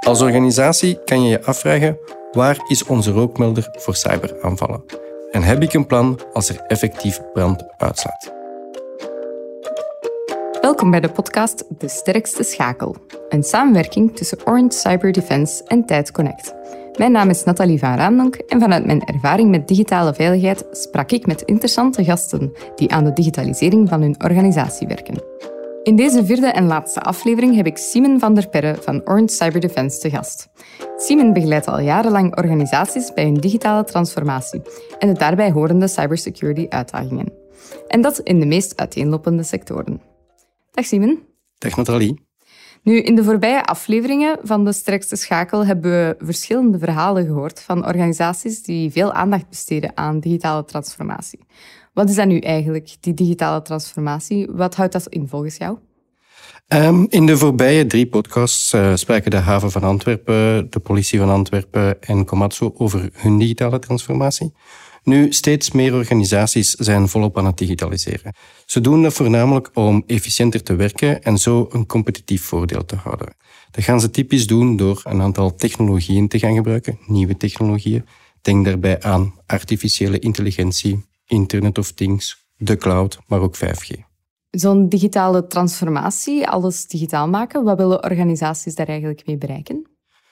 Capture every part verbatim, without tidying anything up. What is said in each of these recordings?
Als organisatie kan je je afvragen, waar is onze rookmelder voor cyberaanvallen? En heb ik een plan als er effectief brand uitslaat? Welkom bij de podcast De Sterkste Schakel. Een samenwerking tussen Orange Cyber Defense en Tijd Connect. Mijn naam is Nathalie van Raamdonk en vanuit mijn ervaring met digitale veiligheid sprak ik met interessante gasten die aan de digitalisering van hun organisatie werken. In deze vierde en laatste aflevering heb ik Simon van der Perre van Orange Cyber Defense te gast. Simon begeleidt al jarenlang organisaties bij hun digitale transformatie en de daarbij horende cybersecurity uitdagingen. En dat in de meest uiteenlopende sectoren. Dag Simon. Dag Nathalie. Nu, in de voorbije afleveringen van De Sterkste Schakel hebben we verschillende verhalen gehoord van organisaties die veel aandacht besteden aan digitale transformatie. Wat is dat nu eigenlijk, die digitale transformatie? Wat houdt dat in volgens jou? Um, in de voorbije drie podcasts uh, spraken de haven van Antwerpen, de politie van Antwerpen en Komatsu over hun digitale transformatie. Nu, steeds meer organisaties zijn volop aan het digitaliseren. Ze doen dat voornamelijk om efficiënter te werken en zo een competitief voordeel te houden. Dat gaan ze typisch doen door een aantal technologieën te gaan gebruiken, nieuwe technologieën. Denk daarbij aan artificiële intelligentie, Internet of Things, de cloud, maar ook vijf G. Zo'n digitale transformatie, alles digitaal maken, wat willen organisaties daar eigenlijk mee bereiken?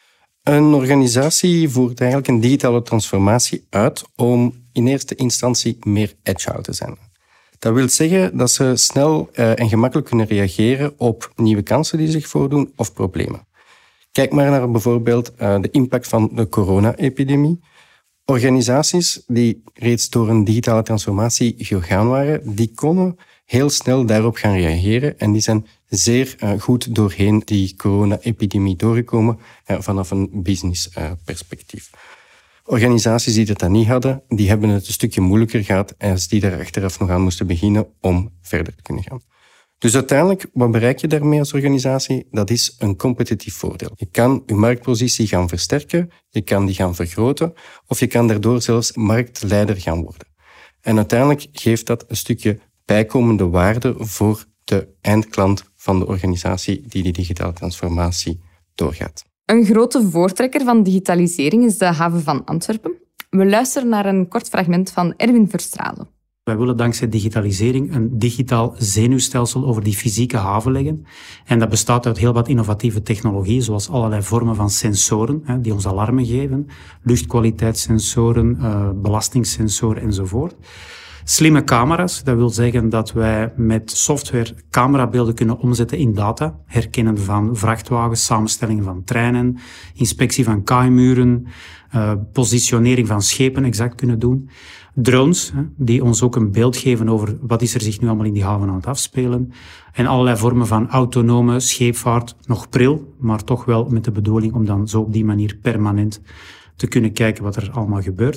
Een organisatie voert eigenlijk een digitale transformatie uit om in eerste instantie meer agile te zijn. Dat wil zeggen dat ze snel en gemakkelijk kunnen reageren op nieuwe kansen die zich voordoen of problemen. Kijk maar naar bijvoorbeeld de impact van de corona-epidemie. Organisaties die reeds door een digitale transformatie gegaan waren, die konden heel snel daarop gaan reageren en die zijn zeer goed doorheen die corona-epidemie doorgekomen vanaf een businessperspectief. Organisaties die dat dan niet hadden, die hebben het een stukje moeilijker gehad als die daar achteraf nog aan moesten beginnen om verder te kunnen gaan. Dus uiteindelijk, wat bereik je daarmee als organisatie? Dat is een competitief voordeel. Je kan je marktpositie gaan versterken, je kan die gaan vergroten, of je kan daardoor zelfs marktleider gaan worden. En uiteindelijk geeft dat een stukje bijkomende waarde voor de eindklant van de organisatie die die digitale transformatie doorgaat. Een grote voortrekker van digitalisering is de haven van Antwerpen. We luisteren naar een kort fragment van Erwin Verstralen. Wij willen dankzij digitalisering een digitaal zenuwstelsel over die fysieke haven leggen. En dat bestaat uit heel wat innovatieve technologieën, zoals allerlei vormen van sensoren hè, die ons alarmen geven, luchtkwaliteitssensoren, uh, belastingssensoren enzovoort. Slimme camera's, dat wil zeggen dat wij met software camerabeelden kunnen omzetten in data. Herkennen van vrachtwagens, samenstellingen van treinen, inspectie van kaaimuren, uh, positionering van schepen exact kunnen doen. Drones, hè, die ons ook een beeld geven over wat is er zich nu allemaal in die haven aan het afspelen. En allerlei vormen van autonome scheepvaart, nog pril, maar toch wel met de bedoeling om dan zo op die manier permanent te kunnen kijken wat er allemaal gebeurt.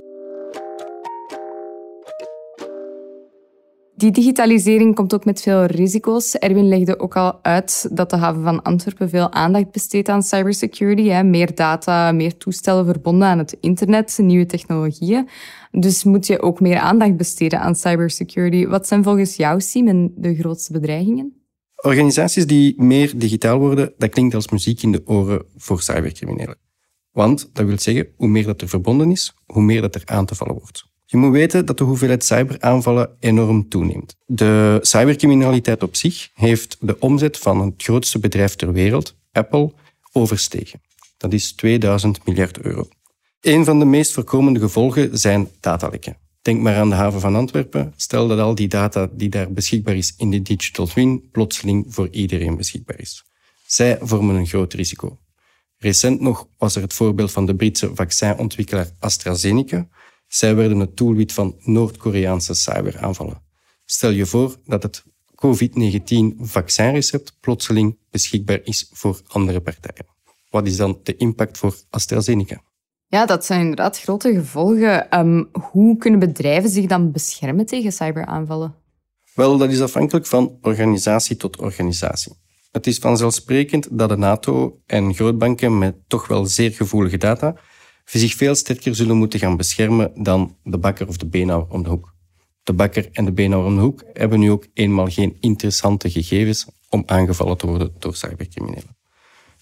Die digitalisering komt ook met veel risico's. Erwin legde ook al uit dat de haven van Antwerpen veel aandacht besteedt aan cybersecurity. Hè. Meer data, meer toestellen verbonden aan het internet, nieuwe technologieën. Dus moet je ook meer aandacht besteden aan cybersecurity. Wat zijn volgens jou, Simon, de grootste bedreigingen? Organisaties die meer digitaal worden, dat klinkt als muziek in de oren voor cybercriminelen. Want dat wil zeggen, hoe meer dat er verbonden is, hoe meer dat er aan te vallen wordt. Je moet weten dat de hoeveelheid cyberaanvallen enorm toeneemt. De cybercriminaliteit op zich heeft de omzet van het grootste bedrijf ter wereld, Apple, overstegen. Dat is tweeduizend miljard euro. Een van de meest voorkomende gevolgen zijn datalekken. Denk maar aan de haven van Antwerpen. Stel dat al die data die daar beschikbaar is in de digital twin plotseling voor iedereen beschikbaar is. Zij vormen een groot risico. Recent nog was er het voorbeeld van de Britse vaccinontwikkelaar AstraZeneca. Zij werden het doelwit van Noord-Koreaanse cyberaanvallen. Stel je voor dat het covid negentien vaccinrecept plotseling beschikbaar is voor andere partijen. Wat is dan de impact voor AstraZeneca? Ja, dat zijn inderdaad grote gevolgen. Um, hoe kunnen bedrijven zich dan beschermen tegen cyberaanvallen? Wel, dat is afhankelijk van organisatie tot organisatie. Het is vanzelfsprekend dat de NATO en grootbanken met toch wel zeer gevoelige data zich veel sterker zullen moeten gaan beschermen dan de bakker of de beenhouwer om de hoek. De bakker en de beenhouwer om de hoek hebben nu ook eenmaal geen interessante gegevens om aangevallen te worden door cybercriminelen.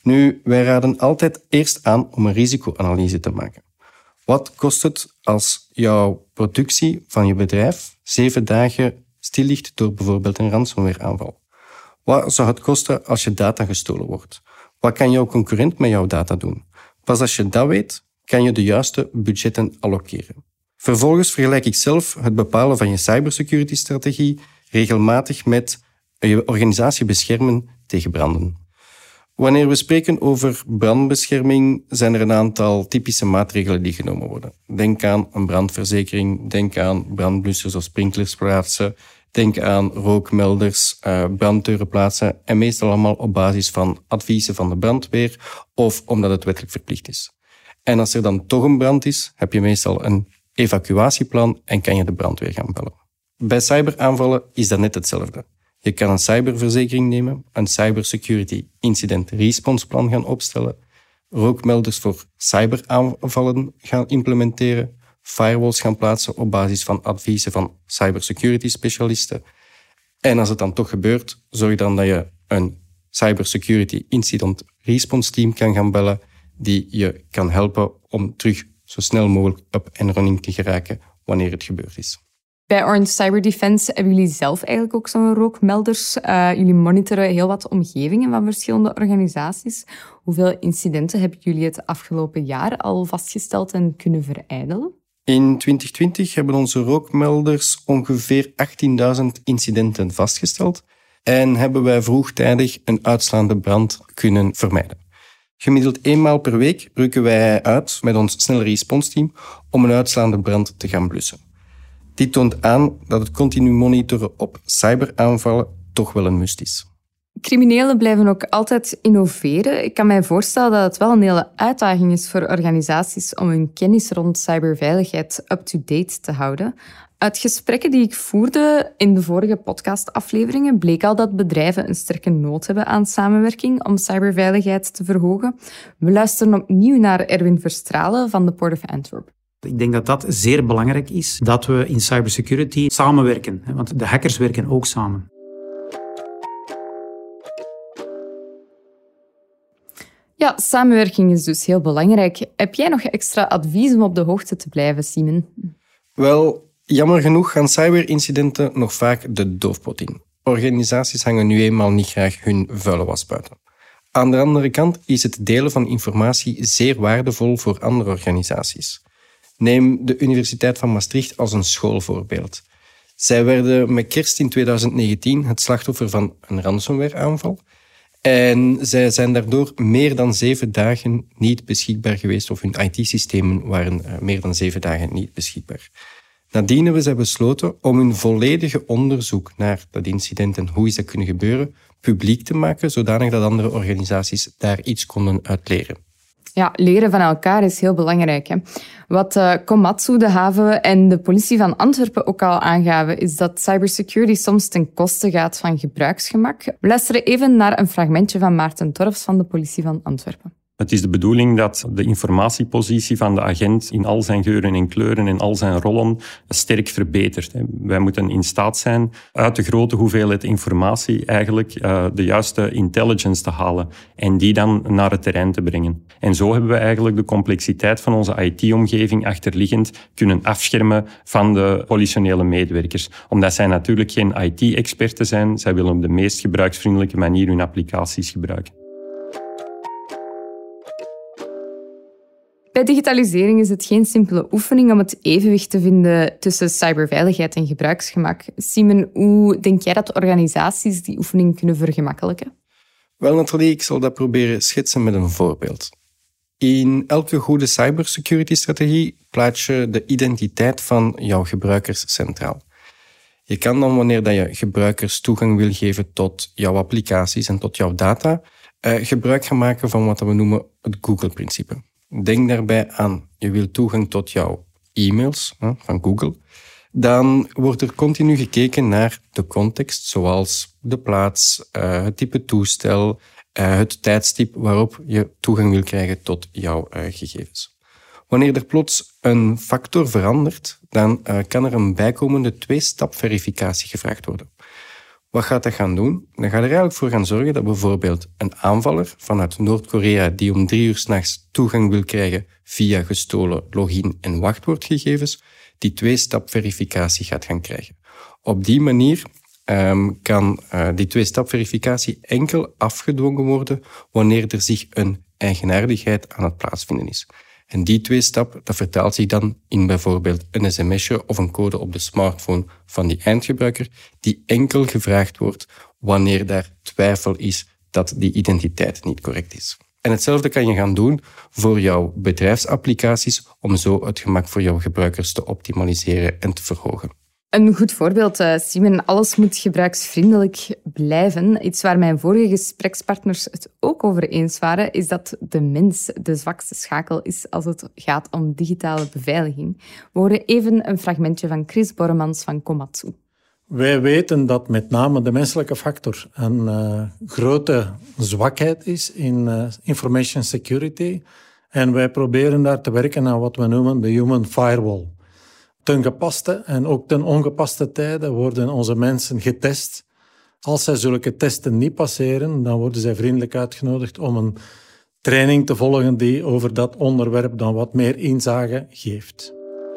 Nu, wij raden altijd eerst aan om een risicoanalyse te maken. Wat kost het als jouw productie van je bedrijf zeven dagen stil ligt door bijvoorbeeld een ransomware-aanval? Wat zou het kosten als je data gestolen wordt? Wat kan jouw concurrent met jouw data doen? Pas als je dat weet, kan je de juiste budgetten allokeren. Vervolgens vergelijk ik zelf het bepalen van je cybersecurity-strategie regelmatig met je organisatie beschermen tegen branden. Wanneer we spreken over brandbescherming, zijn er een aantal typische maatregelen die genomen worden. Denk aan een brandverzekering, denk aan brandblussers of sprinklers plaatsen, denk aan rookmelders, branddeuren plaatsen en meestal allemaal op basis van adviezen van de brandweer of omdat het wettelijk verplicht is. En als er dan toch een brand is, heb je meestal een evacuatieplan en kan je de brandweer gaan bellen. Bij cyberaanvallen is dat net hetzelfde. Je kan een cyberverzekering nemen, een cybersecurity incident response plan gaan opstellen, rookmelders voor cyberaanvallen gaan implementeren, firewalls gaan plaatsen op basis van adviezen van cybersecurity specialisten. En als het dan toch gebeurt, zorg dan dat je een cybersecurity incident response team kan gaan bellen die je kan helpen om terug zo snel mogelijk up en running te geraken wanneer het gebeurd is. Bij Orange Cyber Defense hebben jullie zelf eigenlijk ook zo'n rookmelders. Uh, jullie monitoren heel wat omgevingen van verschillende organisaties. Hoeveel incidenten hebben jullie het afgelopen jaar al vastgesteld en kunnen verijdelen? In twintig twintig hebben onze rookmelders ongeveer achttienduizend incidenten vastgesteld en hebben wij vroegtijdig een uitslaande brand kunnen vermijden. Gemiddeld eenmaal per week rukken wij uit met ons snelle response team om een uitslaande brand te gaan blussen. Dit toont aan dat het continu monitoren op cyberaanvallen toch wel een must is. Criminelen blijven ook altijd innoveren. Ik kan mij voorstellen dat het wel een hele uitdaging is voor organisaties om hun kennis rond cyberveiligheid up-to-date te houden. Uit gesprekken die ik voerde in de vorige podcastafleveringen bleek al dat bedrijven een sterke nood hebben aan samenwerking om cyberveiligheid te verhogen. We luisteren opnieuw naar Erwin Verstralen van de Port of Antwerp. Ik denk dat dat zeer belangrijk is, dat we in cybersecurity samenwerken. Want de hackers werken ook samen. Ja, samenwerking is dus heel belangrijk. Heb jij nog extra advies om op de hoogte te blijven, Simon? Wel, jammer genoeg gaan cyberincidenten nog vaak de doofpot in. Organisaties hangen nu eenmaal niet graag hun vuile was buiten. Aan de andere kant is het delen van informatie zeer waardevol voor andere organisaties. Neem de Universiteit van Maastricht als een schoolvoorbeeld. Zij werden met kerst in twintig negentien het slachtoffer van een ransomware-aanval. En zij zijn daardoor meer dan zeven dagen niet beschikbaar geweest, of hun I T-systemen waren meer dan zeven dagen niet beschikbaar. Nadien hebben zij besloten om hun volledige onderzoek naar dat incident en hoe is dat kunnen gebeuren, publiek te maken, zodanig dat andere organisaties daar iets konden uit leren. Ja, leren van elkaar is heel belangrijk. Hè? Wat uh, Komatsu, de haven en de politie van Antwerpen ook al aangaven, is dat cybersecurity soms ten koste gaat van gebruiksgemak. We luisteren even naar een fragmentje van Maarten Torfs van de politie van Antwerpen. Het is de bedoeling dat de informatiepositie van de agent in al zijn geuren en kleuren en al zijn rollen sterk verbetert. Wij moeten in staat zijn uit de grote hoeveelheid informatie eigenlijk de juiste intelligence te halen en die dan naar het terrein te brengen. En zo hebben we eigenlijk de complexiteit van onze I T-omgeving achterliggend kunnen afschermen van de politionele medewerkers. Omdat zij natuurlijk geen I T-experten zijn, zij willen op de meest gebruiksvriendelijke manier hun applicaties gebruiken. Bij digitalisering is het geen simpele oefening om het evenwicht te vinden tussen cyberveiligheid en gebruiksgemak. Simon, hoe denk jij dat organisaties die oefening kunnen vergemakkelijken? Wel, Nathalie, ik zal dat proberen schetsen met een voorbeeld. In elke goede cybersecurity-strategie plaats je de identiteit van jouw gebruikers centraal. Je kan dan, wanneer je gebruikers toegang wil geven tot jouw applicaties en tot jouw data, gebruik gaan maken van wat we noemen het Google-principe. Denk daarbij aan, je wilt toegang tot jouw e-mails hè, van Google. Dan wordt er continu gekeken naar de context, zoals de plaats, uh, het type toestel, uh, het tijdstip waarop je toegang wil krijgen tot jouw uh, gegevens. Wanneer er plots een factor verandert, dan uh, kan er een bijkomende twee-stap verificatie gevraagd worden. Wat gaat dat gaan doen? Dan gaat er eigenlijk voor gaan zorgen dat bijvoorbeeld een aanvaller vanuit Noord-Korea die om drie uur 's nachts toegang wil krijgen via gestolen login- en wachtwoordgegevens, die twee-stap-verificatie gaat gaan krijgen. Op die manier um, kan uh, die twee-stap-verificatie enkel afgedwongen worden wanneer er zich een eigenaardigheid aan het plaatsvinden is. En die twee stappen, dat vertaalt zich dan in bijvoorbeeld een sms'je of een code op de smartphone van die eindgebruiker, die enkel gevraagd wordt wanneer daar twijfel is dat die identiteit niet correct is. En hetzelfde kan je gaan doen voor jouw bedrijfsapplicaties om zo het gemak voor jouw gebruikers te optimaliseren en te verhogen. Een goed voorbeeld, uh, Simon. Alles moet gebruiksvriendelijk blijven. Iets waar mijn vorige gesprekspartners het ook over eens waren, is dat de mens de zwakste schakel is als het gaat om digitale beveiliging. We horen even een fragmentje van Chris Borremans van Komatsu. Wij weten dat met name de menselijke factor een uh, grote zwakheid is in uh, information security. En wij proberen daar te werken aan wat we noemen de human firewall. Ten gepaste en ook ten ongepaste tijden worden onze mensen getest. Als zij zulke testen niet passeren, dan worden zij vriendelijk uitgenodigd om een training te volgen die over dat onderwerp dan wat meer inzage geeft.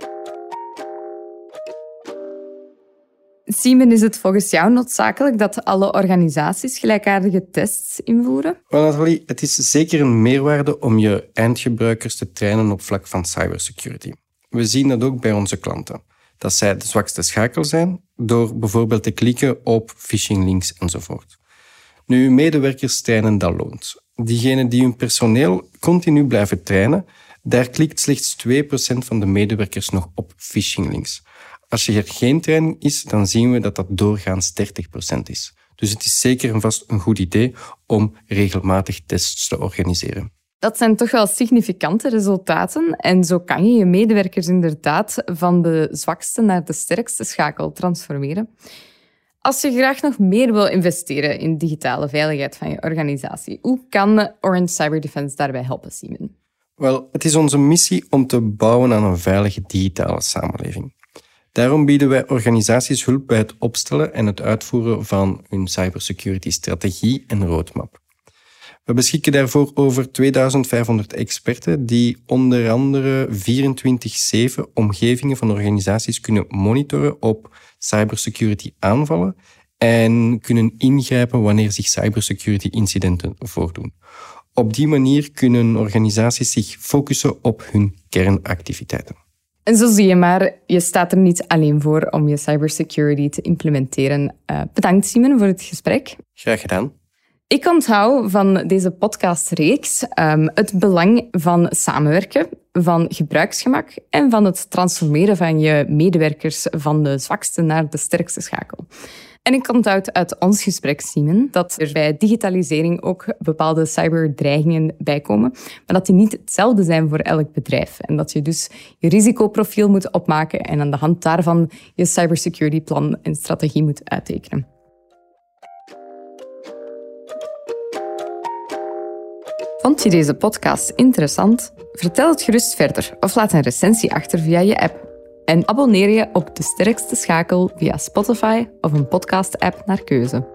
Simon, is het volgens jou noodzakelijk dat alle organisaties gelijkaardige tests invoeren? Wel, Nathalie, het is zeker een meerwaarde om je eindgebruikers te trainen op vlak van cybersecurity. We zien dat ook bij onze klanten. Dat zij de zwakste schakel zijn door bijvoorbeeld te klikken op phishinglinks enzovoort. Nu, medewerkers trainen, dat loont. Diegenen die hun personeel continu blijven trainen, daar klikt slechts twee procent van de medewerkers nog op phishinglinks. Als er geen training is, dan zien we dat dat doorgaans dertig procent is. Dus het is zeker en vast een goed idee om regelmatig tests te organiseren. Dat zijn toch wel significante resultaten en zo kan je je medewerkers inderdaad van de zwakste naar de sterkste schakel transformeren. Als je graag nog meer wil investeren in digitale veiligheid van je organisatie, hoe kan Orange Cyber Defense daarbij helpen, Simon? Wel, het is onze missie om te bouwen aan een veilige digitale samenleving. Daarom bieden wij organisaties hulp bij het opstellen en het uitvoeren van hun cybersecurity-strategie en roadmap. We beschikken daarvoor over tweeduizend vijfhonderd experten die onder andere vierentwintig zeven omgevingen van organisaties kunnen monitoren op cybersecurity aanvallen en kunnen ingrijpen wanneer zich cybersecurity incidenten voordoen. Op die manier kunnen organisaties zich focussen op hun kernactiviteiten. En zo zie je maar, je staat er niet alleen voor om je cybersecurity te implementeren. Uh, bedankt, Simon, voor het gesprek. Graag gedaan. Ik onthoud van deze podcastreeks um, het belang van samenwerken, van gebruiksgemak en van het transformeren van je medewerkers van de zwakste naar de sterkste schakel. En ik onthoud uit ons gesprek, Simon, dat er bij digitalisering ook bepaalde cyberdreigingen bijkomen, maar dat die niet hetzelfde zijn voor elk bedrijf. En dat je dus je risicoprofiel moet opmaken en aan de hand daarvan je cybersecurity-plan en strategie moet uittekenen. Vond je deze podcast interessant? Vertel het gerust verder of laat een recensie achter via je app. En abonneer je op De Sterkste Schakel via Spotify of een podcast-app naar keuze.